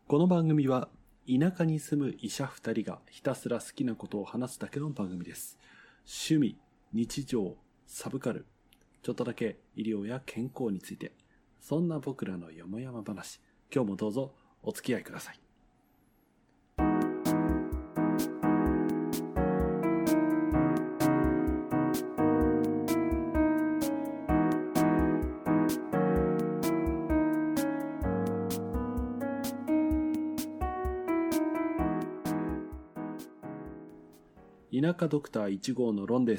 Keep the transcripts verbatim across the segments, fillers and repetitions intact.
この番組は田舎に住む医者ふたりがひたすら好きなことを話すだけの番組です。趣味、日常、サブカル、ちょっとだけ医療や健康について、そんな僕らのよもやま話、今日もどうぞお付き合いください。田舎ドクターいち号のロンです。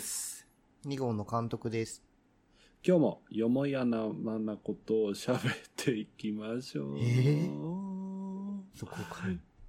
に号の監督です。 今日もよもやなまなことを喋っていきましょう。 えー、そこか。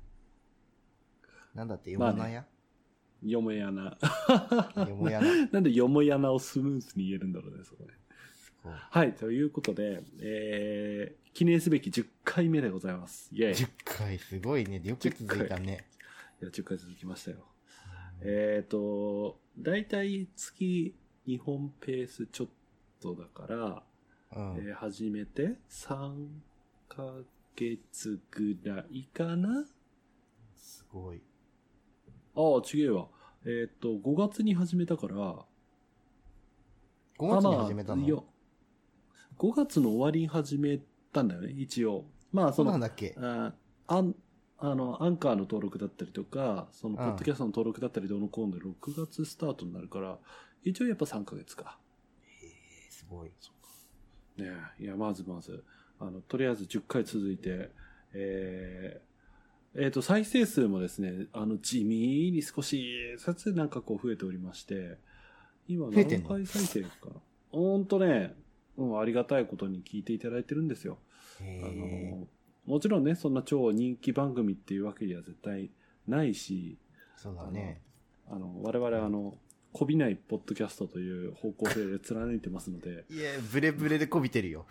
なんだってよもなや、 まあね、よもやな。 よもやな。 なんでよもやなをスムーズに言えるんだろうね、そこね。はい、ということで、えー、記念すべきじゅっかいめでございます。イェイ。 じゅっかい、すごいね。よく続いたね。 いや、じゅっかい続きましたよ。えっと、だいたい月にほんペースちょっとだから、うんえー、始めてさんかげつぐらいかな。 すごい。 ああ、違うわ。えっと、ごがつに始めたから、 ごがつに始めたの？ まあ、ごがつの終わりに始めたんだよね、一応。まあ、その、 そうなんだっけ？ ああんあの、アンカーの登録だったりとか、その、ポッドキャストの登録だったりどうのこうのでろくがつスタートになるから、一応やっぱさんかげつか。 へえ、すごい。 ねえ、いや、まずまず、あの、とりあえずじゅっかい続いて、えー、えーと、再生数もですね、あの、地味に少しずつなんかこう増えておりまして、今何回再生かな。ほんとね、うん、ありがたいことに聞いていただいてるんですよ。 へあの、もちろんね、そんな超人気番組っていうわけには絶対ないし、 そうだね。 あの、あの我々あの、こびないポッドキャストという方向性で貫いてますので。 いや、ブレブレでこびてるよ。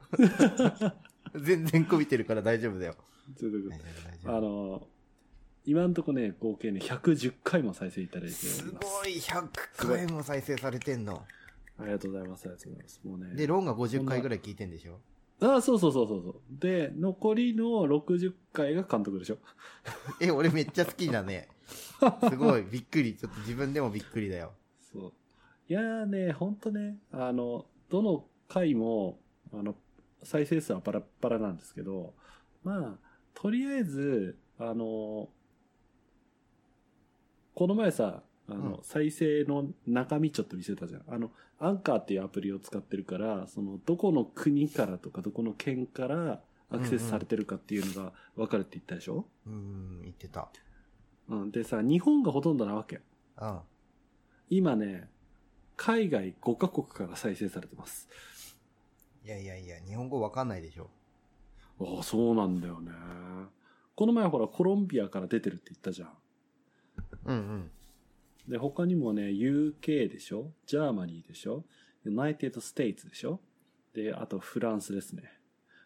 全然こびてるから大丈夫だよ。 大丈夫大丈夫。あの、今んとこね、合計ね、ひゃくじゅっかいも再生いただいております。 すごい、ひゃっかいも再生されてんの。 ありがとうございます、ありがとうございます。もうね。 で、ロンがごじゅっかいぐらい聞いてんでしょ？ ああ、そうそうそうそうそう。で、残りのろくじゅっかいが監督でしょ。 え、俺めっちゃ好きだね。すごい、びっくり。ちょっと自分でもびっくりだよ。 そう。いやーね、ほんとね、あの、どの回も、あの、再生数はバラバラなんですけど、まあ、とりあえず、あの、この前さ、あの、うん、再生の中身ちょっと見せたじゃん。あの、アンカーっていうアプリを使ってるから、その、どこの国からとか、どこの県からアクセスされてるかっていうのが分かるって言ったでしょ？ うん、うん、言ってた。 うん。でさ、日本がほとんどなわけ。 うん。 今ね、海外ごカ国から再生されてます。 いやいやいや、日本語分かんないでしょ。 ああ、そうなんだよね。この前ほら、コロンビアから出てるって言ったじゃん。 うんうん。 で、他にもね、ユーケー でしょ？ジャーマニーでしょ？ユナイテッドステイツでしょ？で、あとフランスですね。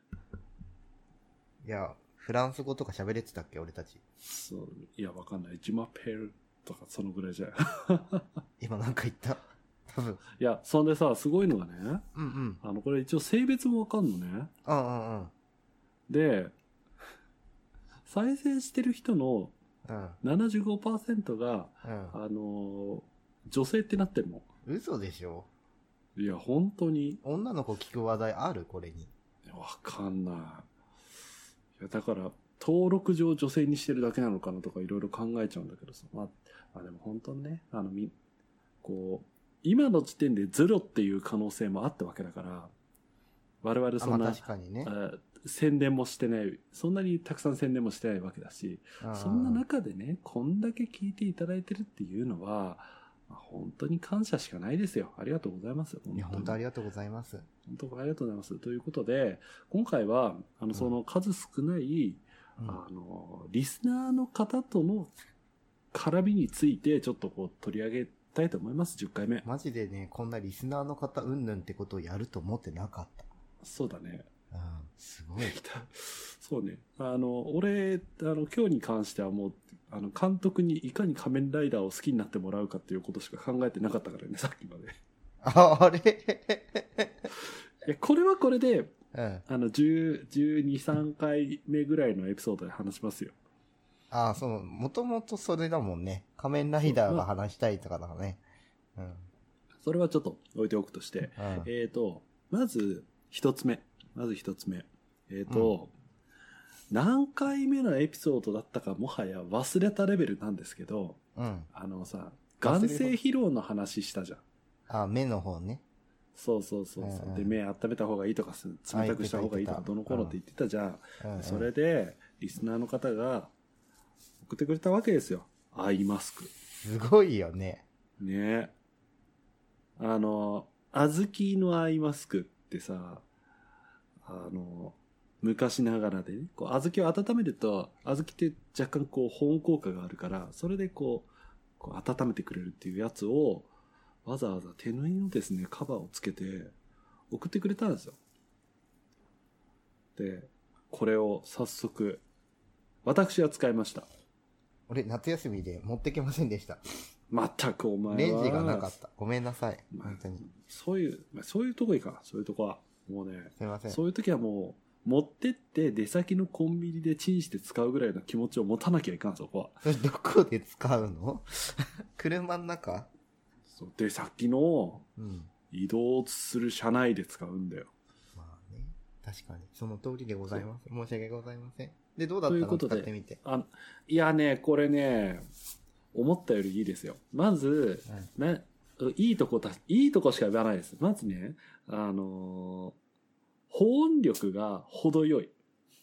いや、フランス語とか喋れてたっけ俺たち。 そう、いや、わかんない。ジュマペルとかそのぐらいじゃん。 今なんか言った。多分。 いや、そんでさ、すごいのがね。 うんうん。 あの、これ一応性別もわかんのね。 うんうんうん。 で、再生してる人のななじゅうごパーセント が、うん、あのー、女性ってなってるの。 嘘でしょ？ いや、本当に。 女の子聞く話題ある？これに。 わかんない。いや、だから、登録上女性にしてるだけなのかなとかいろいろ考えちゃうんだけどさ。まあ、まあ、でも本当にね、あの、み、こう、今の時点でゼロっていう可能性もあったわけだから、我々そんな、 まあ、確かにね。 宣伝もしてない、そんなにたくさん宣伝もしてないわけだし、そんな中でね、こんだけ聞いていただいてるっていうのは、まあ、本当に感謝しかないですよ。ありがとうございます。 いや、本当ありがとうございます。 本当ありがとうございます。ということで、今回は、あの、その数少ない、うん、あの、リスナーの方との絡みについて、ちょっとこう取り上げたいと思います。じゅっかいめ。 マジでね、こんなリスナーの方うんぬんってことをやると思ってなかった。 そうだね。 うん、すごい。 そうね。あの、俺、あの、今日に関してはもう、あの、監督にいかに仮面ライダーを好きになってもらうかっていうことしか考えてなかったからね、さっきまで。 あ、あれいや、これはこれで、 うん。 あの、じゅう、じゅうに、さんかいめぐらいのエピソードで話しますよ。 ああ、そう、もともとそれだもんね。仮面ライダーが話したいとかだからね。うん。 それはちょっと置いておくとして、 うん、 えっ、と、まず一つ目。まず一つ目。えっ、と、うん、何回目のエピソードだったかもはや忘れたレベルなんですけど、 うん。 あのさ、眼性疲労の話したじゃん。 あ、目の方ね。 そうそうそうそう、うんうん。で、目温めた方がいいとか、冷たくした方がいいとか、どの頃って言ってたじゃん。うんうん、それで、リスナーの方が送ってくれたわけですよ。アイマスク。 すごいよね。 ね。あの、小豆のアイマスクってさ、あの、昔ながらでね、こう小豆を温めると、小豆って若干こう保温効果があるから、それでこう、こう温めてくれるっていうやつを、わざわざ手縫いのですね、カバーをつけて送ってくれたんですよ。で、これを早速、私は使いました。 俺、夏休みで持ってきませんでした。 全くお前は。 レンジがなかった。ごめんなさい。本当に。 そういう、そういうとこいいか。そういうとこは。もうね。 すいません。 そういう時はもう、持ってって出先のコンビニでチンして使うぐらいの気持ちを持たなきゃいかん、そこは。 それどこで使うの車の中そう。出先の移動する車内で使うんだよ。 うん、まあね。確かに。その通りでございます。申し訳ございません。で、どうだったの？ということで。使ってみて。 あ、いやね、これね、思ったよりいいですよ。まず、うん、ね、いいとこだ、いいとこしか言わないです。まずね、あのー、保温力が程よい。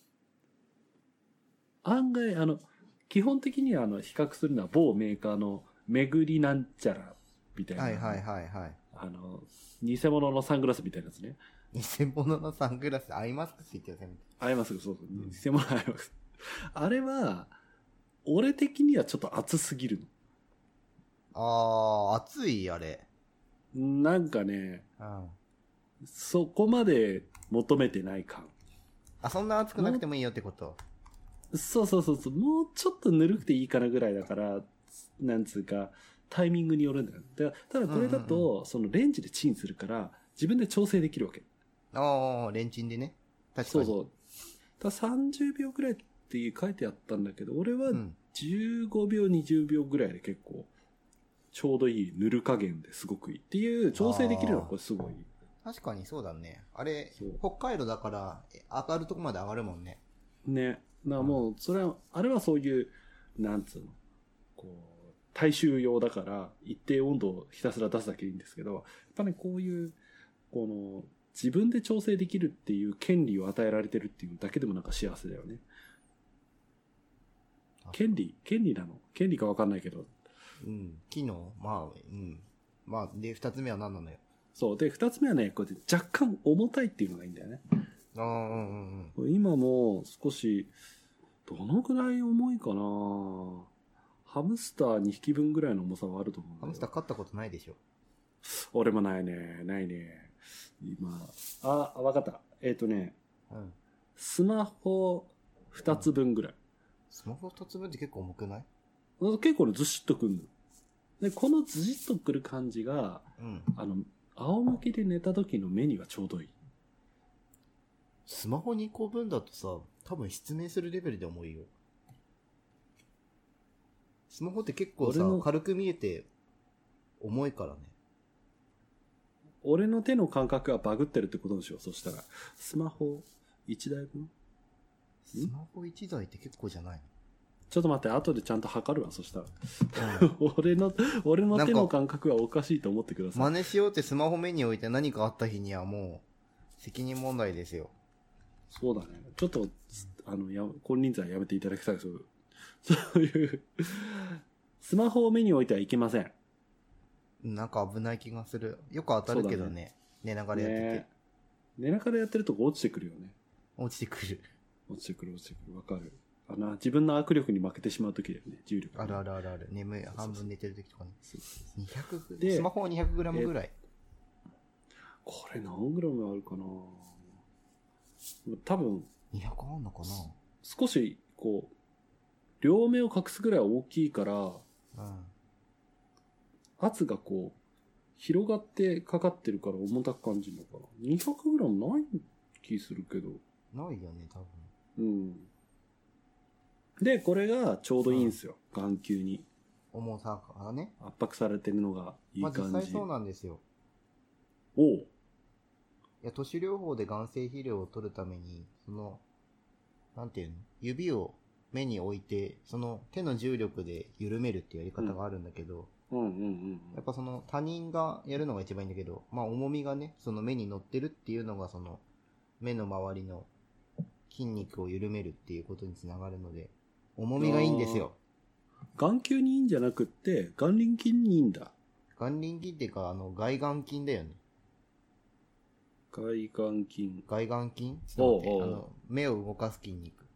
案外、あの、基本的にはあの、比較するのは某メーカーのめぐりなんちゃらみたいな。 はいはいはいはい。 あの、偽物のサングラスみたいなやつね。 偽物のサングラス、アイマスクって言ってよ、せめて。 アイマスク、そうそう。うん、偽物アイマスク。あれは、俺的にはちょっと熱すぎるの。あー、熱い、あれ。 なんかね、 うん、 そこまで求めてない感。 あ、そんな熱くなくてもいいよってこと？ そうそうそうそう。もうちょっとぬるくていいかなぐらいだから、なんつうか、タイミングによるんだよ。だただこれだと、うんうんうん、そのレンジでチンするから、自分で調整できるわけ。 ああ、レンチンでね。確かに。 そうそう。たださんじゅうびょうぐらいって書いてあったんだけど、俺はじゅうごびょう、にじゅうびょうぐらいで結構、ちょうどいい塗る加減ですごくいいっていう調整できるのはこれすごい。 確かにそうだね。あれ、北海道だから上がるとこまで上がるもんね。 ね。だからもう、それは、あれはそういう、なんつうの、こう、大衆用だから、一定温度をひたすら出すだけでいいんですけど、やっぱね、こういう、この、自分で調整できるっていう権利を与えられてるっていうだけでもなんか幸せだよね。権利権利なの権利かわかんないけど。 うん。機能まあ、うん。まあ、で、二つ目は何なのよ。 そう。で、二つ目はね、こうやって若干重たいっていうのがいいんだよね。 ああ、うんうんうん。 今も少し、どのぐらい重いかなハムスターにひきぶんぐらいの重さはあると思うんだよ。 ハムスター飼ったことないでしょ。 俺もないね。ないね。今、あ、わかった。えっ、ー、とね、 うん。 スマホ二つ分ぐらい。 スマホ二つ分って結構重くない？ 結構ね、ずしっとくんの。で、このずしっとくる感じが、 うん、 あの、仰向けで寝た時の目にはちょうどいい。 スマホにこぶんだとさ、多分失明するレベルで重いよ。スマホって結構さ、軽く見えて重いからね。 俺の手の感覚がバグってるってことでしょ。そしたら。スマホいちだいぶん？ スマホいちだいって結構じゃないの？ ちょっと待って、後でちゃんと測るわ、そしたら。うん、俺の、俺の手の感覚はおかしいと思ってください。 真似しようってスマホ目に置いて何かあった日にはもう、責任問題ですよ。 そうだね。ちょっと、あの、や、金輪際やめていただきたいです。そういう、スマホを目に置いてはいけません。 なんか危ない気がする。よく当たるけどね。ね寝ながらやってて、ね。 寝ながらやってるとこ落ちてくるよね。 落ちてくる。 落ちてくる、落ちてくる。わかる。あの、自分の握力に負けてしまうときだよね、重力。 あるあるあるある。眠い、半分寝てるときとかね。にひゃくスマホはにひゃくグラムぐらい。 これ何グラムあるかな多分。 にひゃくあんのかな少し、こう、両目を隠すぐらい大きいから、うん。圧がこう、広がってかかってるから重たく感じるのかな ?にひゃくグラム ない気するけど。 ないよね、多う分。 ん。で、これがちょうどいいんですよ。眼球に。 重さがね。 圧迫されてるのがいいまあ感じ。 実際そうなんですよ。 おう。 いや、都市療法で眼性肥料を取るために、その、なんていうの、指を目に置いて、その手の重力で緩めるっていうやり方があるんだけど、 うんうんうんやっぱその他人がやるのが一番いいんだけど、まあ重みがね、その目に乗ってるっていうのがその目の周りの筋肉を緩めるっていうことにつながるので、重みがいいんですよ。 眼球にいいんじゃなくって、眼輪筋にいいんだ。 眼輪筋っていうか、あの、外眼筋だよね。 外眼筋。 外眼筋おうおうあの、目を動かす筋肉。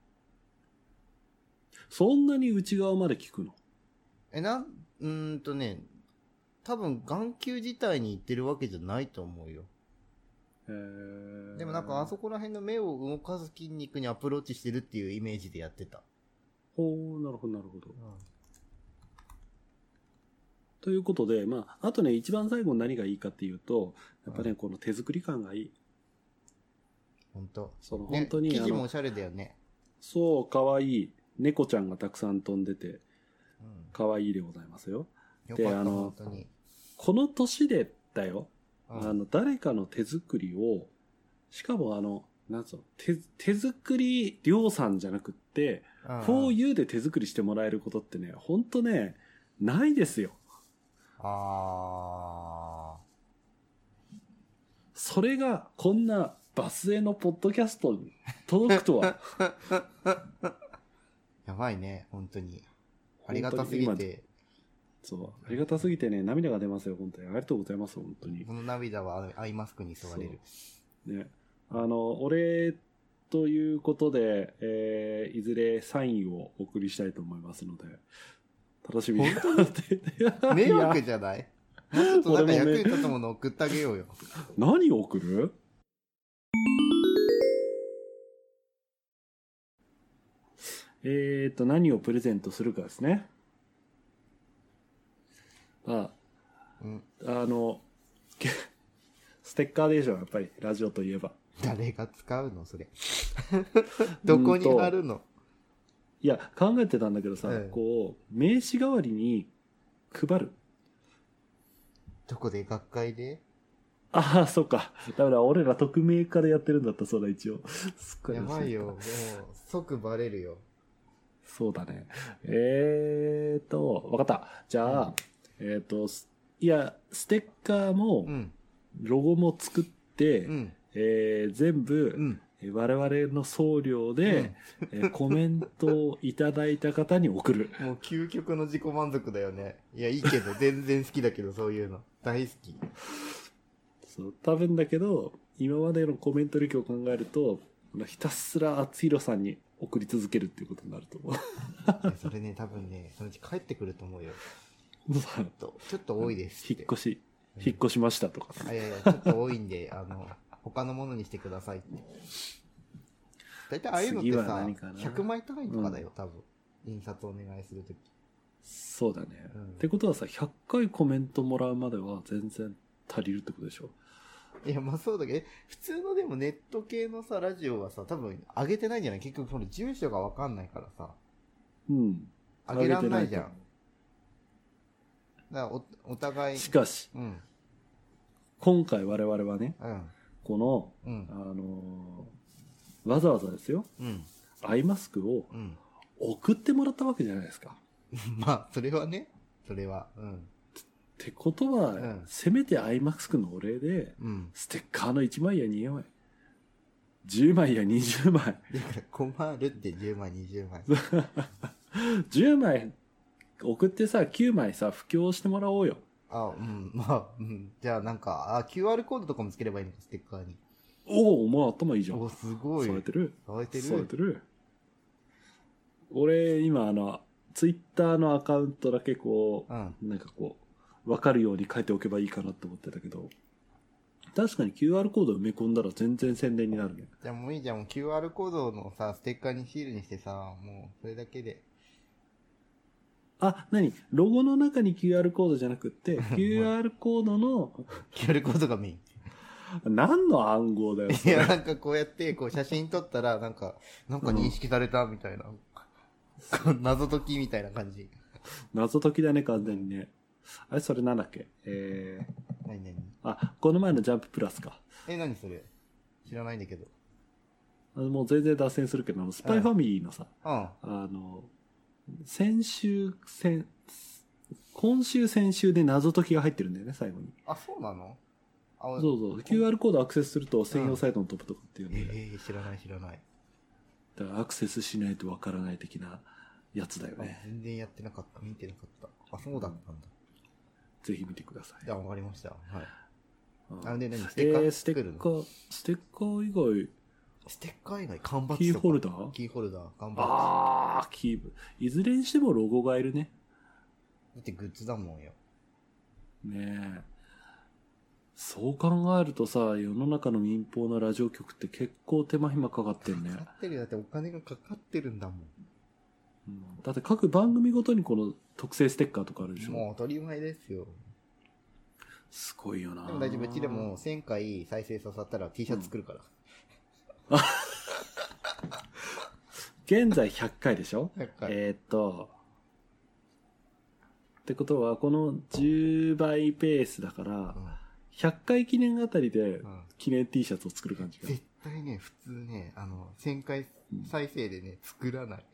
そんなに内側まで効くの？ え、なん、うーんとね、多分眼球自体にいってるわけじゃないと思うよ。 へーでもなんかあそこら辺の目を動かす筋肉にアプローチしてるっていうイメージでやってた。 ほう、なるほどなるほど。 うん。 ということで、まあ、あとね、一番最後に何がいいかっていうと、やっぱね、この手作り感がいい。 ほんと。 そのね本当に、あの生地もおしゃれだよね。 そう、かわいい。猫ちゃんがたくさん飛んでて、 うん。 かわいいでございますよ。 よかった、 であの本当に。 この年でだよ。 うんあの、誰かの手作りを、しかもあの、なんつうの、手、手作り量産じゃなくって、 うんうんフォーユー で手作りしてもらえることってね、ほんとね、ないですよ。 あそれが、こんなバスへのポッドキャストに届くとは。 ー。やばいね、本当に。ありがたすぎ本当にて、 そう。ありがたすぎてね、涙が出ますよ、本当に。ありがとうございます、本当にこ。の涙はアイマスクに吸われる。 ね。あの、お礼ということで、えー、いずれサインをお送りしたいと思いますので、楽しみに待っていて。 迷惑いやじゃないもうちょっとなんか役に立つもの送ってあげようよ。 何を送る？えーと、何をプレゼントするかですね。あ、 うん。 あの、けステッカーでしょ、やっぱり、ラジオといえば。 誰が使うのそれ。どこに貼るのいや、考えてたんだけどさ、 ええこう、名刺代わりに配る。 どこで学会でああ、そっか。だから俺ら匿名化でやってるんだった、それ一応。すっかり忘れてたやばいよ。もう、即バレるよ。 そうだね。えーと、わかった。じゃあ、えーと、すいや、ステッカーもう、ん。 ロゴも作って、 うん。 えー全部、 うん。 えー我々の送料で、えーコメントをいただいた方に送る。 もう究極の自己満足だよね。いや、いいけど、全然好きだけど、そういうの。大好き。 そう、多分だけど、今までのコメント歴を考えると、ひたすら厚弘さんに送り続けるっていうことになると思う。 いやそれね、多分ね、そのうち帰ってくると思うよ。ちょっと、ちょっと多いですって。 引っ越し、引っ越しましたとか。 あ、いやいや、ちょっと多いんで、あの、他のものにしてくださいって。大体ああいうのって次はさ、 何かなひゃくまい単位とかだよ、多分。印刷お願いするとき。 そうだね。 うんってことはさ、ひゃっかいコメントもらうまでは全然足りるってことでしょ？ いや、まあそうだけど、え普通のでもネット系のさ、ラジオはさ、多分上げてないんじゃない結局その住所がわかんないからさ、 うん。 上げらんないじゃん。 上げてだからお、お互い、 しかし、 うん、 今回我々はね、 うん、 この、 うんあ、のーわざわざですよ、 うん、 アイマスクをうん。 送ってもらったわけじゃないですか。 まあ、それはね、それは、うん、 ってことは、 うんせめてアイマスクのお礼で、 うん。 ステッカーのいちまいやにまい、じゅうまいやにじゅうまい、 だから困るってじゅうまい、にじゅうまい。 じゅうまい送ってさ、きゅうまいさ、布教してもらおうよ。 あ、うん、まあ、うん。じゃあなんか、あ、キューアール コードとかもつければいいのか、ステッカーに。 おお、もう頭いいじゃん。 お、すごい。 されてるされてる。 されてる俺、今、あの、ツイッターのアカウントだけこう、 うん。 なんかこう、わかるように書いておけばいいかなって思ってたけど、確かに キューアール コード埋め込んだら全然宣伝になるね。 じゃあもういいじゃん。もう キューアール コードのさ、ステッカーにシールにしてさ、もうそれだけで。 あ、何ロゴの中に キューアール コードじゃなくって、キューアール コードの、 キューアール コードがメイン。 何の暗号だよ、それ。 いや、なんかこうやって、こう写真撮ったら、なんか、なんか認識されたみたいな。謎解きみたいな感じ。 謎解きだね、完全にね。あれ、それなんだっけえー、 何何あ、この前のジャンププラスか。 え、何それ知らないんだけど。 あのもう全然脱線するけど、スパイファミリーのさ、 うん。 あの、先週、先、今週先週で謎解きが入ってるんだよね、最後に。 あ、そうなのあ、 そうそう。キューアール コードアクセスすると専用サイトのトップとかっていうので。 えー、知らない知らない。 だからアクセスしないとわからない的なやつだよね。 全然やってなかった。見てなかった。あ、そうだったんだ。 ぜひ見てください。 じゃあ、わかりました。はい。 うんあれで何ステッカー、 えー、ステ作るのッカー、ステッカー以外、 ステッカー以外、缶バッキージとか。 ホルダーキーホルダー、缶バッあー、キーブ。いずれにしてもロゴがいるね。 ジ。だってグッズだもんよ。 ねえ。そう考えるとさ、世の中の民放のラジオ局って結構手間暇かかってんね。 かかってるよ。だってお金がかかってるんだもん。 うん、だって各番組ごとにこの特製ステッカーとかあるでしょ。 もう当たり前ですよ。 すごいよな。 でも大丈夫。うちでもせんかい再生させたら T シャツ作るから。 現在ひゃっかいでしょひゃっかい。 えーっと、ってことは、このじゅうばいペースだから、 うんひゃっかい記念あたりでうん記念 T シャツを作る感じが。 絶対ね、普通ね、あの、せんかい再生でね、作らない。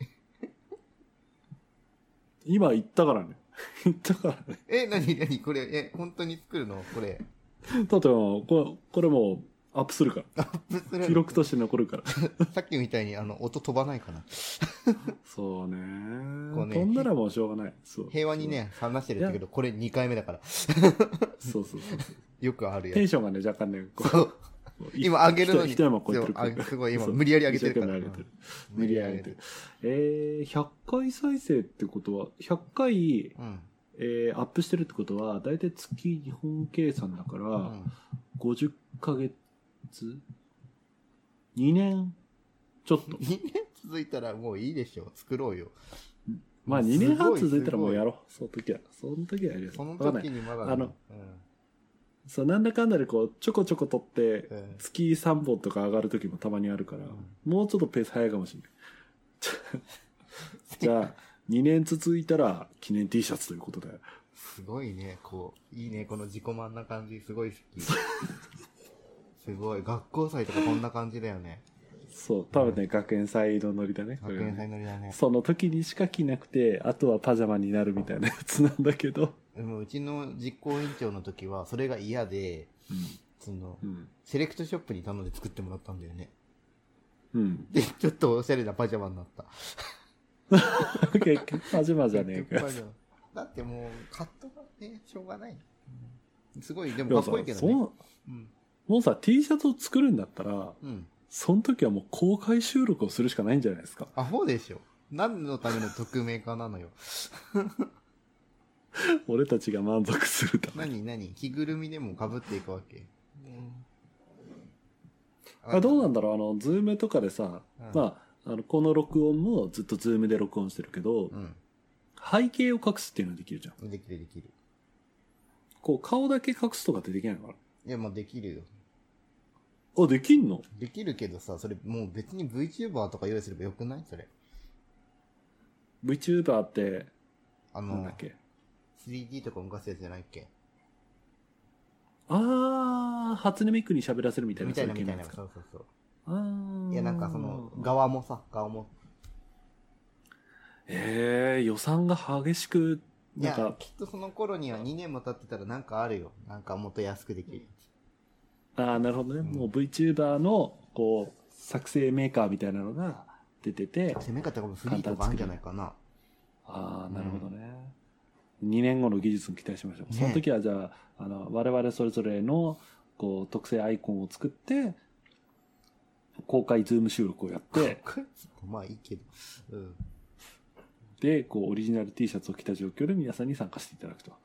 今言ったからね。言ったからね。 え、なになにこれ、え、本当に作るのこれ。 だってもう、これ、これもうアップするかアップすら。 る記録として残るから。 さっきみたいにあの、音飛ばないかな。 そうね。 こうね飛んだらもうしょうがない。そう。 平和にね、話してるんだけど、これにかいめだから。 そう。そうそうそう。 よくあるテンやションがね、若干ね、こつ。そう。今上げるのに。 一山超えてるそうあすごい今そう無理やり上げてるから。 一生懸命上げてる無理やり上げてる。えー、ひゃっかい再生ってことは、ひゃっかい、 うん。 えー、アップしてるってことは、だいたい月日本計算だから、 うん。 ごじゅっかげつ ?に 年ちょっと。 にねん続いたらもういいでしょ。作ろうよ。 まあすごいにねんはん続いたらもうやろう。その時は。その時はやるよ。 そのわかんない時にまだね、 あのそう、なんだかんだでこう、ちょこちょこ撮って、 うん月さんぼんとか上がる時もたまにあるから、もうちょっとペース早いかもしれない。じゃあ、にねん続いたら記念 T シャツということで。 すごいね、こう、いいね、この自己満な感じ、すごい好き。すごい、学校祭とかこんな感じだよね。 そう、多分ね、学園祭のノリだね。これね学園祭乗りだね。 その時にしか着なくて、あとはパジャマになるみたいなやつなんだけど。 でもうちの実行委員長の時は、それが嫌で、その、 うん。 セレクトショップに頼んで作ってもらったんだよね。 うん。 で、ちょっとおしゃれなパジャマになった。 結局パジャマじゃねえか。 結局パジャマだってもう、カットがね、しょうがない。すごい、ででもさもかっこいいけどね。 そううん。 もうさ、T シャツを作るんだったら、 うん。 その時はもう公開収録をするしかないんじゃないですか。 アホでしょ。何のための匿名化なのよ。 俺たちが満足するため。 何何着ぐるみでも被っていくわけ。 あどうなんだろうあの、ズームとかでさ、 うんまあ、あの、この録音もずっとズームで録音してるけど、 う背景を隠すっていうのができるじゃん。 ん。できるできる。 こう、顔だけ隠すとかってできないのかいや、まあできるよ。 なあ、できんのできるけどさ、それもう別に VTuber とか用意すればよくないそれ。 ?VTuber って、 あのなんだっ、けスリーディー とか動かすやつじゃないっけあー、初音ミクに喋らせるみたいな。 みたいなみたいな。 そうう系ですかそうそうそう。 あー。 いや、なんかその、側もさ、側も。 えー、予算が激しく、 いやなんか、、 きっとその頃にはにねんも経ってたらなんかあるよ。なんかもっと安くできる。 ああ、なるほどね。もう VTuber の、こう、作成メーカーみたいなのが出てて、 攻め方がフリーとかあるんじゃないかな。 ああ、なるほどね。にねんごの技術に期待しましょう。 ねその時はじゃあ、あの、我々それぞれの、こう、特製アイコンを作って、公開ズーム収録をやって、 まあいいけど。うん。 で、こう、オリジナル T シャツを着た状況で皆さんに参加していただくと。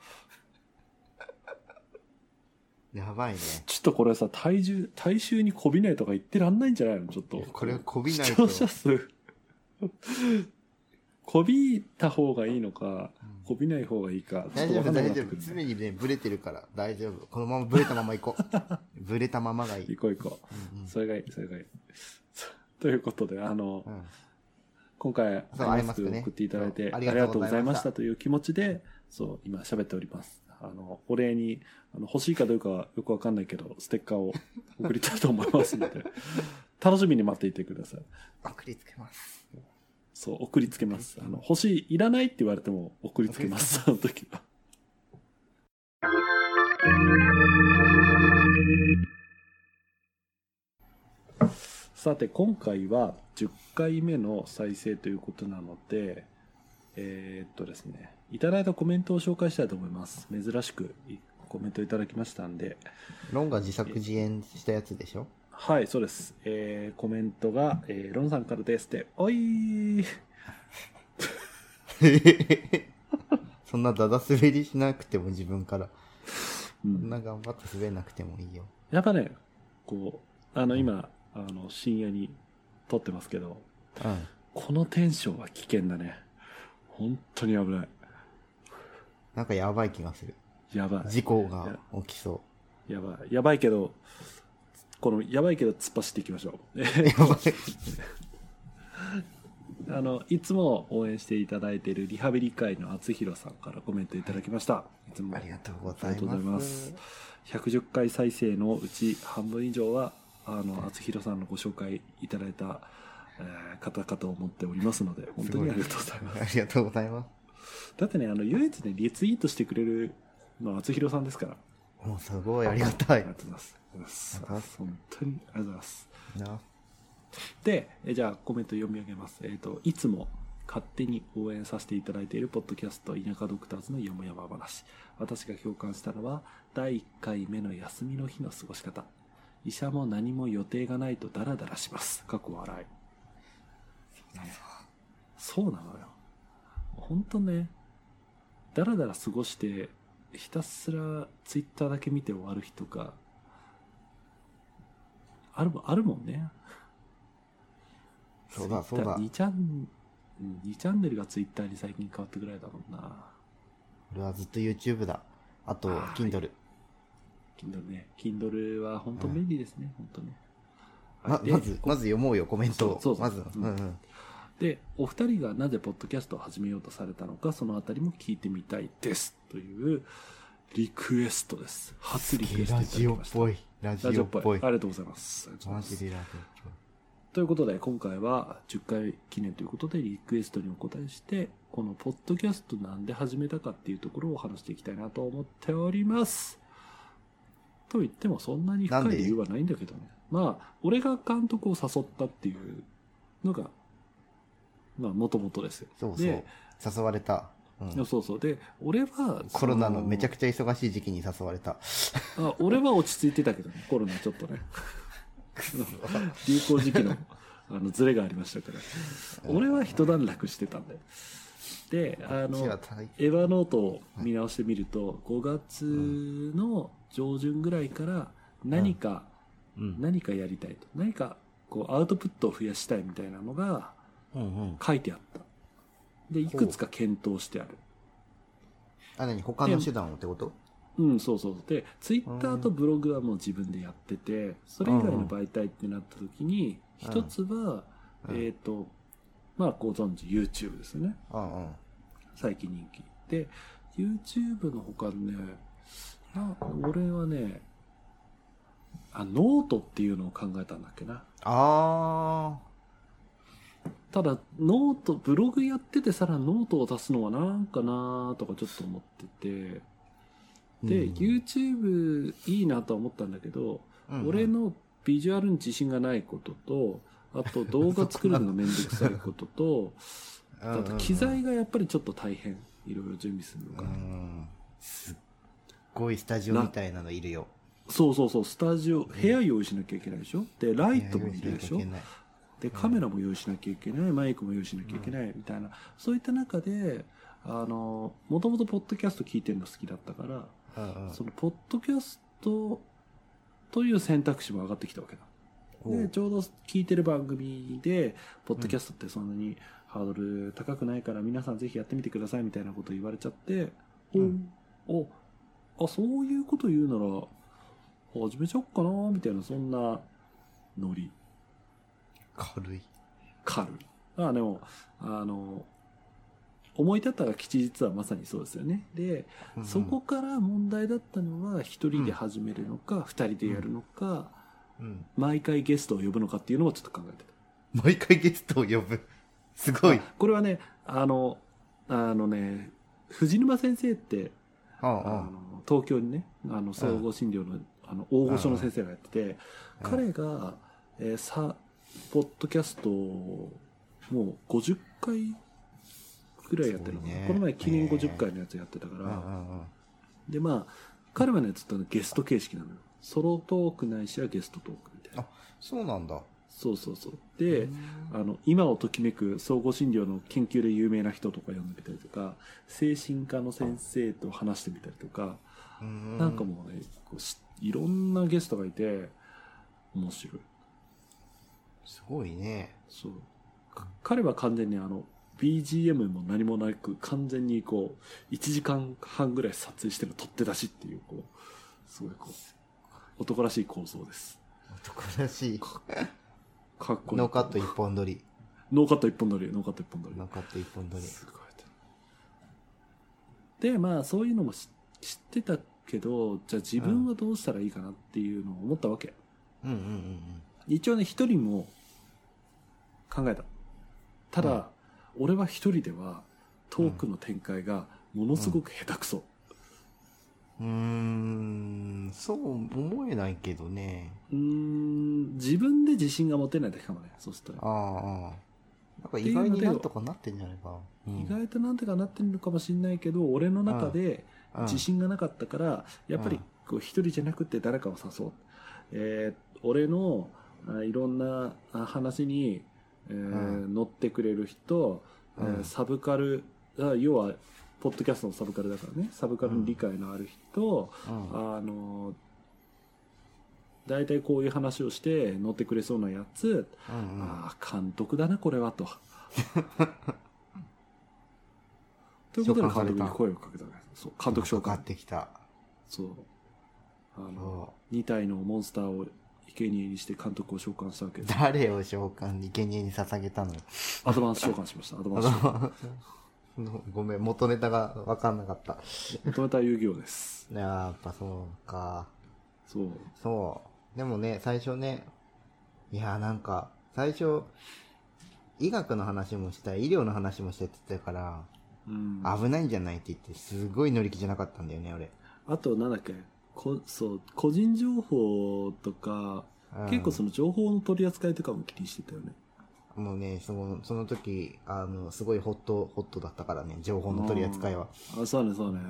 やばいね。 ちょっとこれさ、体重、体臭にこびないとか言ってらんないんじゃないのちょっと。 これはこびない視と聴者数。 こびた方がいいのか、 うん、 こびない方がいいか、 大丈夫、大丈夫。常にね、ブレてるから、大丈夫。このままブレたまま行こう。ブレたままがいい。 行こう行こう。うんうん、それがいい、それがいい。ということで、あの、うん、今回、アイマスク送っていただいて、ありがとうございましたという気持ちで、そう、今喋っております。あの、お礼に、あの、欲しいかどうかはよくわかんないけど、ステッカーを送りたいと思いますので、楽しみに待っていてください。 送りつけます。 そう、送りつけます。あの、欲しい、いらないって言われても送りつけます、その時は。さて、今回はじゅっかいめの再生ということなので、えー、っとですね、いただいたコメントを紹介したいと思います。珍しくコメントいただきましたんで。 ロンが自作自演したやつでしょ？ はい、そうです。えー、コメントが、えー、ロンさんからですって、おいーそんなダダ滑りしなくても自分から。 うん、 そんな頑張って滑らなくてもいいよ。 やっぱね、こう、あの今、あの深夜に撮ってますけど、 うん、 このテンションは危険だね。本当に危ない。 なんかやばい気がする。 やばい。 事故が起きそう。 やばい。やばいけど、この、やばいけど突っ走っていきましょう。やばい。あの、いつも応援していただいているリハビリ会の厚弘さんからコメントいただきました。いつもありがとうございます。 ひゃくじゅっかい再生のうち半分以上は、あの、厚弘さんのご紹介いただいた、えー、方かと思っておりますので、本当にありがとうございます。 ありがとうございます。 だってね、あの、唯一ね、リツイートしてくれるのは厚弘さんですから。 もうすごいありがたい。 ありがとうございます。ありがとうございます。本当にありがとうございます。 なで、えじゃあコメント読み上げます。えっと、いつも勝手に応援させていただいているポッドキャスト、田舎ドクターズのよもやま話。私が共感したのは、だいいっかいめの休みの日の過ごし方。医者も何も予定がないとダラダラします。過去笑い。そうなのよ。本当ね、ダラダラ過ごして、ひたすらツイッターだけ見て終わる日とか、あるも、あるもんね。 そうだ、そうだ。 にチャン、にチャンネルがツイッターに最近変わったぐらいだもんな。 俺はずっと YouTube だ。あと、Kindle。 Kindle ね。Kindle は本当便利ですね、うん、本当ね。 ま、まず、まず読もうよ、コメントを。 そうそうそうまず、うんうん。 で、お二人がなぜポッドキャストを始めようとされたのか、そのあたりも聞いてみたいです。というリクエストです。初リクエストいただきました。 ラジオっぽい。ラジオっぽい。 ありがとうございます。 マジでラジオっぽい。 ということで、今回はじゅっかい記念ということでリクエストにお答えして、このポッドキャストなんで始めたかっていうところを話していきたいなと思っております。と言ってもそんなに深い理由はないんだけどね。まあ、俺が監督を誘ったっていうのが、まあ、もともとですよ。 そうそう。誘われた。 うん、そうそう。で、俺は、 コロナのめちゃくちゃ忙しい時期に誘われた。 あ、俺は落ち着いてたけどね、コロナちょっとね。流行時期のあのズレがありましたから。俺は一段落してたんだよ。で、あの、エヴァノートを見直してみると、ごがつの上旬ぐらいから何か、うん、何かやりたいと。何か、こう、アウトプットを増やしたいみたいなのが書いてあった。で、いくつか検討してある。 あ、何他の手段をってこと？ うん、そうそう。で、ツイッターとブログはもう自分でやってて、それ以外の媒体ってなった時に、一つは、うん、えっ、ー、と、まあ、ご存知 YouTube ですよね。 うんうん、 最近人気。で、YouTube の他にね、な俺はね、あ、ノートっていうのを考えたんだっけな。 あー。 ただ、ノート、ブログやっててさらノートを出すのはなんかなとかちょっと思ってて、で、うん、YouTube いいなとは思ったんだけど、うんうん、俺のビジュアルに自信がないことと、あと動画作るのがめんどくさいことと、あと機材がやっぱりちょっと大変。いろいろ準備するのが。 すっごいスタジオみたいなのいるよ。 そうそうそう、スタジオ、部屋用意しなきゃいけないでしょ。で、ライトもいるでしょ。で、カメラも用意しなきゃいけない、マイクも用意しなきゃいけない、みたいな。そういった中で、あの、もともとポッドキャスト聞いてるの好きだったから、そのポッドキャストという選択肢も上がってきたわけだ。で、ちょうど聞いてる番組で、ポッドキャストってそんなにハードル高くないから皆さんぜひやってみてくださいみたいなこと言われちゃって、 うんおあ、そういうこと言うなら始めちゃおっかなみたいな、そんなノリ。 軽い。 軽い。あ、でも、あの、思い立ったが吉日はまさにそうですよね。で、 うんうんそこから問題だったのは一人で始めるのか、二、人でやるのか、 うん。 毎回ゲストを呼ぶのかっていうのをちょっと考えてた。 毎回ゲストを呼ぶ。すごい。 あこれはね、あの、あのね、藤沼先生って、 ああの東京にね、あの総合診療の、あの大御所の先生がやってて、 うん彼が、えーさ、ポッドキャストをもうごじゅっかいぐらいやってるのかな、 すごいねこの前記念ごじゅっかいのやつやってたから、 うんうんうん。 でまあ彼はねずっとゲスト形式なのよ。ソロトークないしはゲストトークみたいな。 あ、そうなんだ。 そうそうそう。で、 うんあの今をときめく総合診療の研究で有名な人とか呼んでみたりとか、精神科の先生と話してみたりとか、 うんなんかもうねこうしいろんなゲストがいて面白い。 すごいね。 そうか彼は完全にあの ビージーエム も何もなく完全にこういちじかんはんぐらい撮影してるの撮って出しっていうこうすごいこう男らしい構造です。 男らしい。 かっこいい。 ノーカット一本撮り。 ノーカット一本撮りノーカット一本撮りノーカット一本撮り。 すごい。でまあそういうのも知知ってたけど、じゃあ自分はどうしたらいいかなっていうのを思ったわけ。 うんうんうん一応ね一人も考えた。ただ、 うん俺は一人ではトークの展開がものすごく下手くそ。 うん。うーん、そう思えないけどね。 うーん自分で自信が持てないだけかもね。そうすると、 ああ、ああ。なんか意外になんとかなってんじゃないか。うん意外となんとかなってるのかもしれないけど、俺の中でうん自信がなかったから、やっぱりこう一人じゃなくて誰かを誘う。えー俺のあいろんなあ話に、えーうん乗ってくれる人、えーうんサブカルあ要はポッドキャストのサブカルだからね、サブカルに理解のある人、 うんあの大体こういう話をして乗ってくれそうなやつ、 うんうんああ監督だなこれはと。ということで監督に声をかけたわけです。そう監督召かか喚。 ってきた。 そうあのそに体のモンスターを生贄にして監督を召喚したわけうです。 誰を召喚に生贄に捧げたのよ。 アドバンス召喚しました。アドバンス召喚。 ごめん、元ネタが分かんなかった。 求めた遊戯王です。 いややっぱそうか。 そう。 そう。でもね、最初ね、いや、なんか、最初、医学の話もしたい、医療の話もしてって言ってたから、 うん。 危ないんじゃないって言って、すごい乗り気じゃなかったんだよね、俺。 あと、なんだっけ、こそう、個人情報とか、 うん結構その情報の取り扱いとかも気にしてたよね。 もうね、その、その時、あの、すごいホット、ホットだったからね、情報の取り扱いは。 あ、そうね、そうね。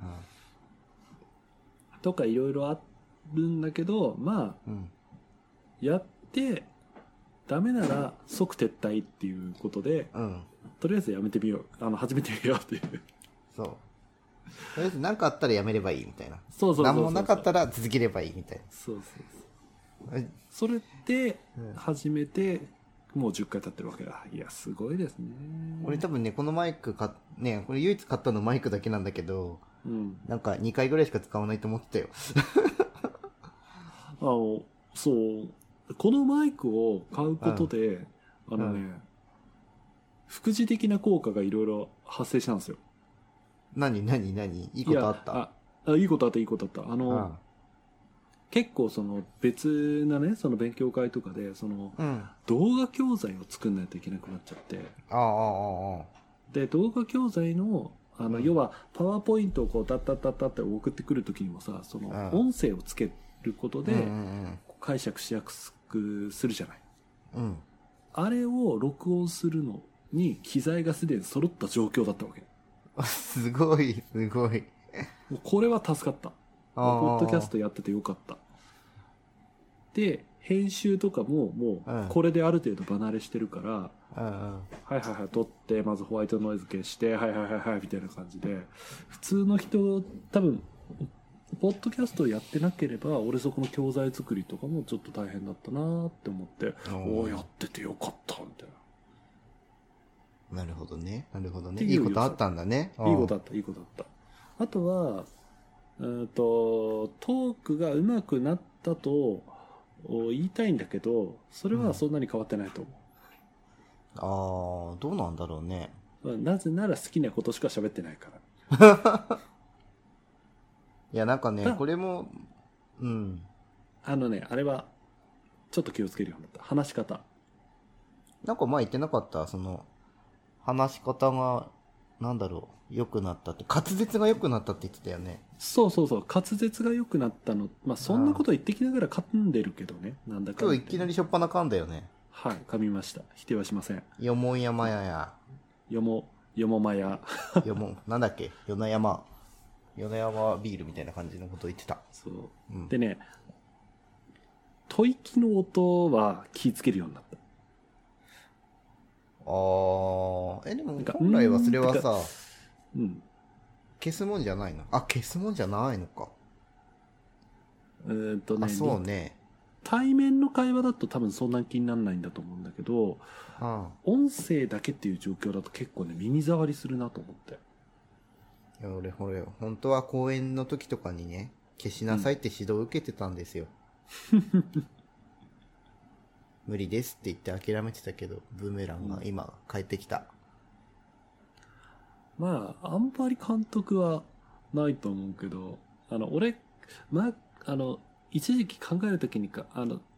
とかいろいろあるんだけど、まあ、 うん。うん。 やって、ダメなら即撤退っていうことで、 うん。 とりあえずやめてみよう。あの、始めてみようっていう。 そう。とりあえず何かあったらやめればいいみたいな。 そうそうそうそう。 何もなかったら続ければいいみたいそうそうそう。 な。えそれでうん始めて、もうじゅっかい経ってるわけだ。いや、すごいですね。 俺多分ね、このマイクか、ね、これ唯一買ったのマイクだけなんだけど、 うん。 なんかにかいぐらいしか使わないと思ってたよ。 あの、そう、このマイクを買うことで、あのね、 う副次的な効果がいろいろ発生したんですよ。 何何何いいことあったいやああいいことあった、いいことあった。あの、 うん。 結構その別なね、その勉強会とかで、そのうん。 動画教材を作んないといけなくなっちゃって、 ああ、ああ、ああ。 で、動画教材の、あの、 うん要は、パワーポイントをこう、タッタッタッタッって送ってくるときにもさ、その、 うん音声をつけることでうん、うん解釈しやすくするじゃない。 うん。うん。 あれを録音するのに、機材がすでに揃った状況だったわけ。 すごい、すごい。 もうこれは助かった。 あーポッドキャストやっててよかった。で、編集とかも、もうんう、これである程度離れしてるから、 うんうん。 はいはいはい、撮って、まずホワイトノイズ消して、はいはいはいはい、みたいな感じで、普通の人、多分、ポッドキャストをやってなければ、俺そこの教材作りとかもちょっと大変だったなーって思って、 ーおおーやっててよかった、みたいな。 なるほどね。なるほどね。 っていういいことあったんだね。 いいことあった、いいことあった。あとは、うんと、トークが上手くなったと言いたいんだけど、それはそんなに変わってないと思う。うん、ああ、どうなんだろうね。 なぜなら好きなことしか喋ってないから。 いや、なんかね、これも、うん。 あのね、あれは、ちょっと気をつけるようになった。話し方。 なんか前言ってなかった、その、話し方が、なんだろう、良くなったって、滑舌が良くなったって言ってたよね。 そうそうそう、滑舌が良くなったの。まあ、そんなこと言ってきながら噛んでるけどね。なんだか今日いきなりしょっぱな噛んだよね。 はい、噛みました。否定はしません。 よもんやまやや。 よも、よもまや。 よもん、なんだっけ、よなやま。よなやまビールみたいな感じのこと言ってた。 そう。 うん、 でね、吐息の音は気ぃつけるようになった。 あー、え、でも本来はそれはさ、 うん。 消すもんじゃないの？あ、消すもんじゃないのか。 えーっとね、 あ、そうね。 対面の会話だと多分そんな気にならないんだと思うんだけど、 はあ、 音声だけっていう状況だと結構ね、耳障りするなと思って。 いや、俺、ほれ、本当は公演の時とかにね、消しなさいって指導を受けてたんですよ。うん、無理ですって言って諦めてたけど、ブーメランが今帰ってきた。 うん、まあ、あんまり監督はないと思うけど、あの、俺、まあ、あの、一時期考えるときにか、あの、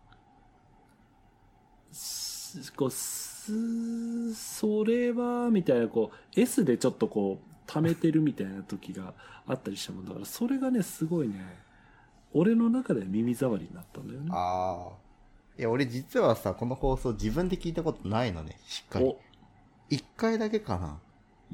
こう、す、それは、みたいな、こう、S でちょっとこう、溜めてるみたいな時があったりしたもんだから、それがね、すごいね、俺の中で耳障りになったんだよね。 ああ。いや、俺実はさ、この放送自分で聞いたことないのね、しっかり。一回だけかな。うん。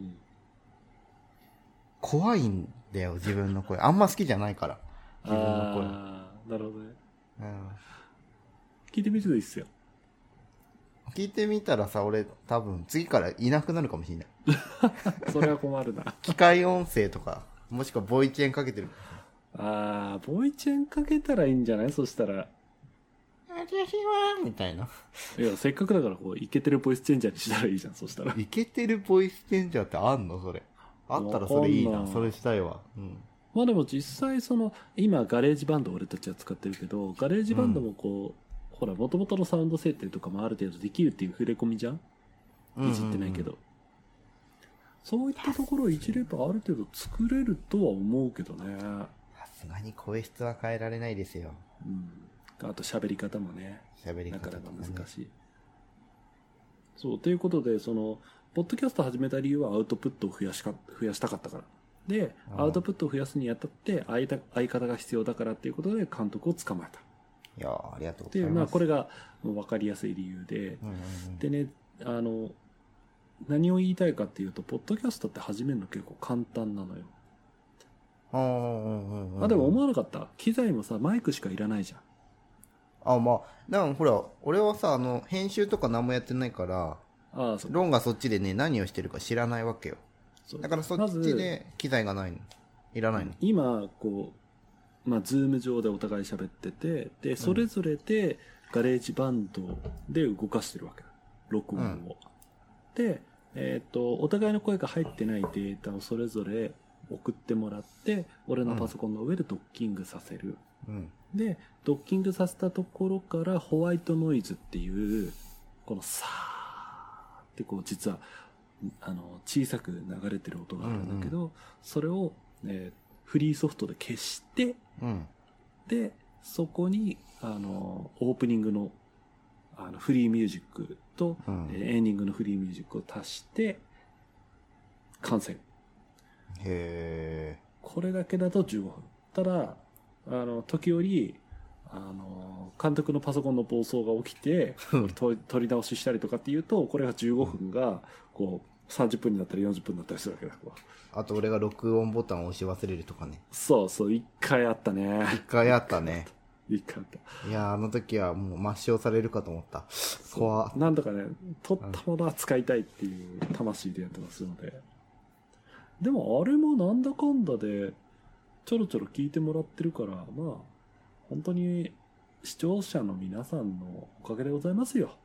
怖いんだよ、自分の声。あんま好きじゃないから。自分の声。 ああ、なるほどね。 うん。 聞いてみるといいっすよ。 聞いてみたらさ、俺多分次からいなくなるかもしれない。 それは困るな。 機械音声とか、もしくはボイチェンかけてる。 ああ、ボイチェンかけたらいいんじゃない？そしたら。 私はみたいな。 いや、せっかくだからこう、イケてるボイスチェンジャーにしたらいいじゃん、そしたら。 イケてるボイスチェンジャーってあんのそれ。あったらそれいいな。それしたいわ。うん。 まあでも実際その、今ガレージバンド俺たちは使ってるけど、ガレージバンドもこう、うん、ほら、元々のサウンド設定とかもある程度できるっていう触れ込みじゃん？いじってないけど。うんうんうん、そういったところをいじればある程度作れるとは思うけどね。 さすがに声質は変えられないですよ。 うん。あと喋り方もね。 喋り方もね。 なかなか難しい。そう、ということで、その、ポッドキャスト始めた理由はアウトプットを増やしか、増やしたかったから。で、アウトプットを増やすにあたって相た、相方が必要だからっていうことで監督を捕まえた。 いやー、ありがとうございます。 っていう、まあこれが分かりやすい理由で、 うんうんうん、 でね、あの、何を言いたいかっていうと、ポッドキャストって始めるの結構簡単なのよ。 うんうんうんうん、 あ、でも思わなかった。機材もさ、マイクしかいらないじゃん。 あ、まあ、だからほら、俺はさ、あの、編集とか何もやってないから、ああ、そう。ロンがそっちでね、何をしてるか知らないわけよ。そう。だからそっちで機材がないの。いらないの。 今、こう、まあ、ズーム上でお互い喋ってて、で、それぞれでガレージバンドで動かしてるわけだ。録音を。うん、で、えっと、お互いの声が入ってないデータをそれぞれ送ってもらって、俺のパソコンの上でドッキングさせる。うん、で、ドッキングさせたところからホワイトノイズっていう、このサーってこう実は、あの、小さく流れてる音があるんだけど、うんうん、それを、えー、フリーソフトで消して、うん、で、そこに、あの、オープニングの、あの、フリーミュージックと、うん、エンディングのフリーミュージックを足して、完成。 へー。 これだけだとじゅうごふん。ただ、あの、時折、あの、監督のパソコンの暴走が起きて、取り直ししたりとかっていうと、これがじゅうごふんが、こう、さんじゅっぷんになったりよんじゅっぷんになったりするわけだ。 あと俺が録音ボタンを押し忘れるとかね。 そうそう、一回あったね。 一回あったね。 一回あった。 いやー、あの時はもう抹消されるかと思った。怖っ。 なんとかね、取ったものは使いたいっていう魂でやってますので。でもあれもなんだかんだで、ちょろちょろ聞いてもらってるから、まあ、本当に視聴者の皆さんのおかげでございますよ。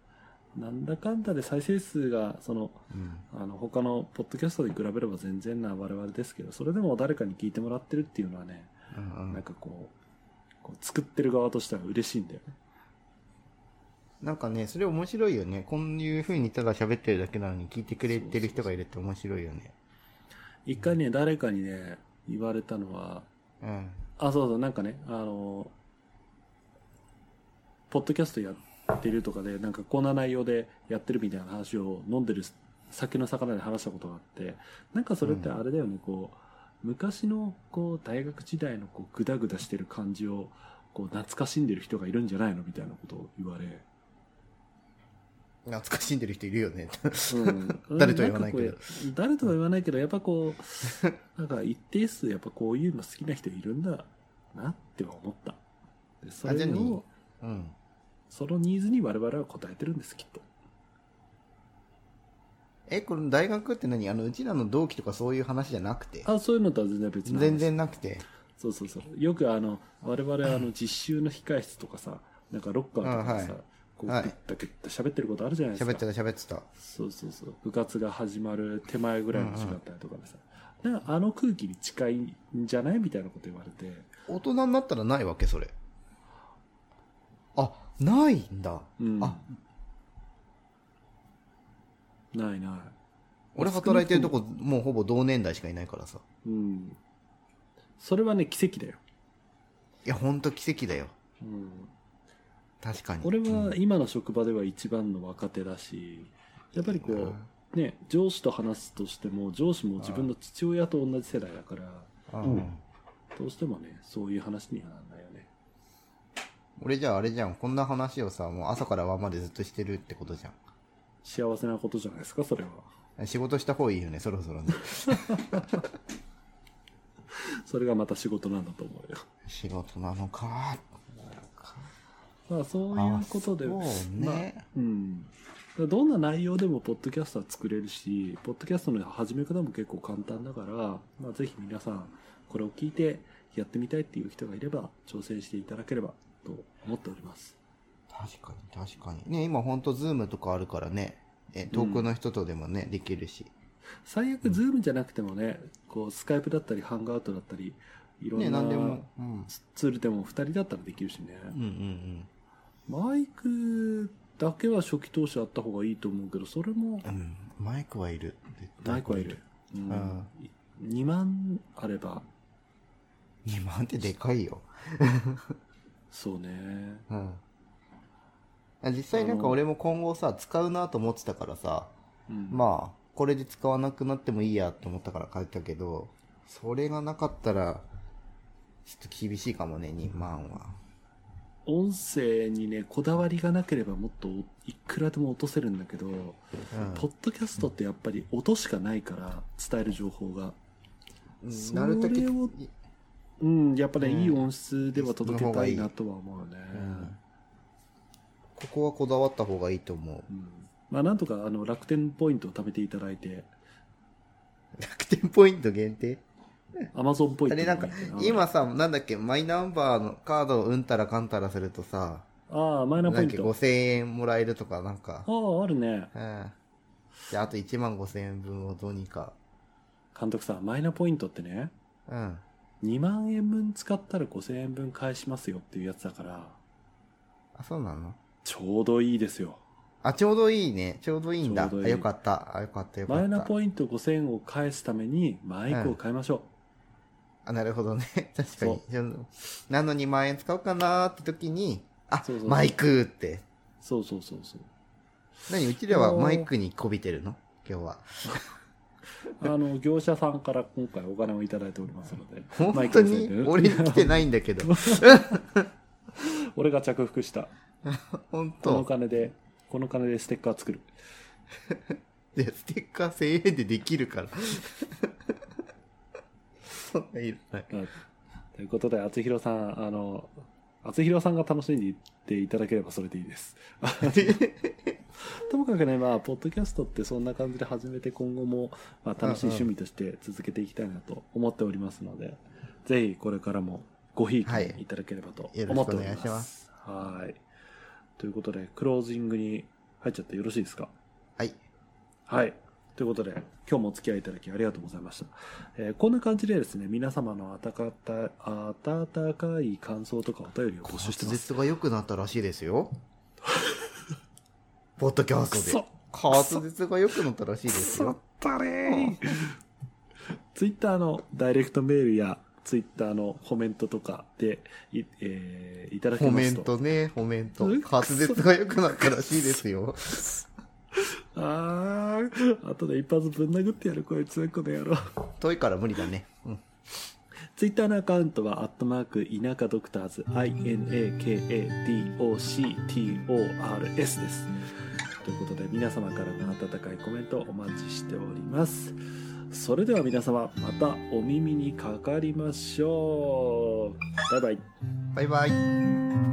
なんだかんだで再生数が、その、 うん。 あの、他のポッドキャストに比べれば全然な我々ですけど、それでも誰かに聞いてもらってるっていうのはね、 うんうんなんかこう、こう作ってる側としては嬉しいんだよね。 なんかね、それ面白いよね。こういう風にただ喋ってるだけなのに聞いてくれてる人がいるって面白いよね。 一回ね、誰かにね、言われたのは、 うん。 あ、そうそう、なんかね、あの、ポッドキャストやってるとかで、なんかこんな内容でやってるみたいな話を飲んでる酒の魚で話したことがあって、なんかそれってあれだよね、こう、昔のこう大学時代のこうグダグダしてる感じをこう懐かしんでる人がいるんじゃないのみたいなことを言われ、 懐かしんでる人いるよね。 うん、 誰とは言わないけどんかこう誰とは言わないけど、やっぱこう、なんか一定数やっぱこういうの好きな人いるんだなっては思った。でそれあじゃあにの、 うん。 そのニーズに我々は応えてるんです、きっと。 え、この大学って何あの、うちらの同期とかそういう話じゃなくてあ、そういうのとは全然別の話。 全然なくて。 そうそうそう。よくあの、我々あの実習の控室とかさ、なんかロッカーとかでさ、 あはいこう、 はいぐったぐった喋ってることあるじゃないですか。 喋ってた喋ってた。 そうそうそう。部活が始まる手前ぐらいの時間帯とかでさ、なんかあの空気に近いんじゃないみたいなこと言われて。 大人になったらないわけそれ。あ、ないんだ。 うん。 あ、 ないない。 俺働いてるとこもうほぼ同年代しかいないからさ。 うん。それはね、奇跡だよ。 いや、ほんと奇跡だよ。 うん。 確かに。 俺はうん今の職場では一番の若手だし、やっぱりこう、ね、上司と話すとしても、上司も自分の父親と同じ世代だから、 うんどうしてもね、そういう話にはならないよね。 俺じゃああれじゃん。こんな話をさ、もう朝から晩までずっとしてるってことじゃ幸せなことじゃないですか、それは。 ん。仕事した方がいいよね、そろそろね。 それがまた仕事なんだと思うよ。 仕事なのか。 まあそういうことで、 あそうねまあ、うん。どんな内容でもポッドキャストは作れるし、ポッドキャストの始め方も結構簡単だから、まあぜひ皆さんこれを聞いてやってみたいっていう人がいれば挑戦していただければと思っております。 確かに確かに。ね、今ほんとズームとかあるからね。え、遠くの人とでもね、できるし。 最悪ズームじゃなくてもね、こうスカイプだったりハンガーアウトだったり、いろんね、 ななんでも。うん。 ツールでもふたりだったらできるしね。 うんうんマイクだけは初期投資あった方がいいと思うけど、それもうん。うん。マイクはいる。絶対マイクはいる。ううんん、にまんあれば、 にまんってでかいよ。 そうね。 うん。実際なんか俺も今後さ、使うなと思ってたからさ、 うん、 まあ、これで使わなくなってもいいやと思ったから買ったけど、それがなかったら、ちょっと厳しいかもね、にまんは。 音声にね、こだわりがなければもっといくらでも落とせるんだけど、 うんポッドキャストってやっぱり音しかないから伝える情報が。 うんそなるとき、 れをうん、やっぱね、 うんいい音質では届けたいなとは思うね。 うんここはこだわった方がいいと思う。 うん、まあなんとかあの楽天ポイントを貯めていただいて、 楽天ポイント限定アマゾンポイントあれなんか、今さ、なんだっけ、マイナンバーのカードをうんたらかんたらするとさ、 ああ、マイナポなんだっけ、 イント。 ごせんえんもらえるとか、なんか。 ああ、あるね。 うん。じゃあ、あといちまんごせんえん分をどうにか。 監督さん、マイナポイントってね、 うん。 にまんえんぶん使ったらごせんえんぶん返しますよっていうやつだから、 あ、そうなのちょうどいいですよ。 あ、ちょうどいいね。ちょうどいいんだ。 ちょうどいいあ、よかった。あ、よかったよかった。 マイナポイントごせんえんを返すためにマイクを買いましょあ、なるほどね。確かそに。何のにまんえん使おうかなーって時に、あそうそうそうマイクって。 う。そうそうそうそう。 何うちらはマイクにこびてるの今日は。 あの、業者さんから今回お金をいただいておりますので。マ本イク当にのせいで俺に来てないんだけど。 俺が着服した。 本この当金で、この金でステッカー作る。 で、ステッカーせんえんでできるから。そんないらない。 うんということで、厚弘さん、あの、厚弘さんが楽しんでいっていただければそれでいいです。ともかくね、まあ、ポッドキャストってそんな感じで始めて今後も、まあ、楽しい趣味として続けていきたいなと思っておりますので、ぜひこれからもごひいきにいただければと思っております。 よろしくお願いします。 はい。ということで、クロージングに入っちゃってよろしいですか？ はい。 はい。ということで、今日もお付き合いいただきありがとうございました。えーこんな感じでですね、皆様の温かた温かい感想とかお便りを募集してます。 滑舌が良くなったらしいですよ。ポッドキャストで。滑舌が良くなったらしいですよ。 だねー。ツイッターのダイレクトメールやツイッターのコメントとかで い,、えーいただけコメますと。 ントね、コメント。 うん滑舌が良くなったらしいですよ。 あー、あとで一発ぶん殴ってやる、こいつ、この野郎。 遠いから無理だね。うん。 ツイッターのアカウントは、アットマーク、田舎ドクターズ、アイエヌエーケーエーディーオーシーティーオーアールエス です。ということで、皆様からの温かいコメントをお待ちしております。それでは皆様、またお耳にかかりましょう。バイバイ。 バイバイ。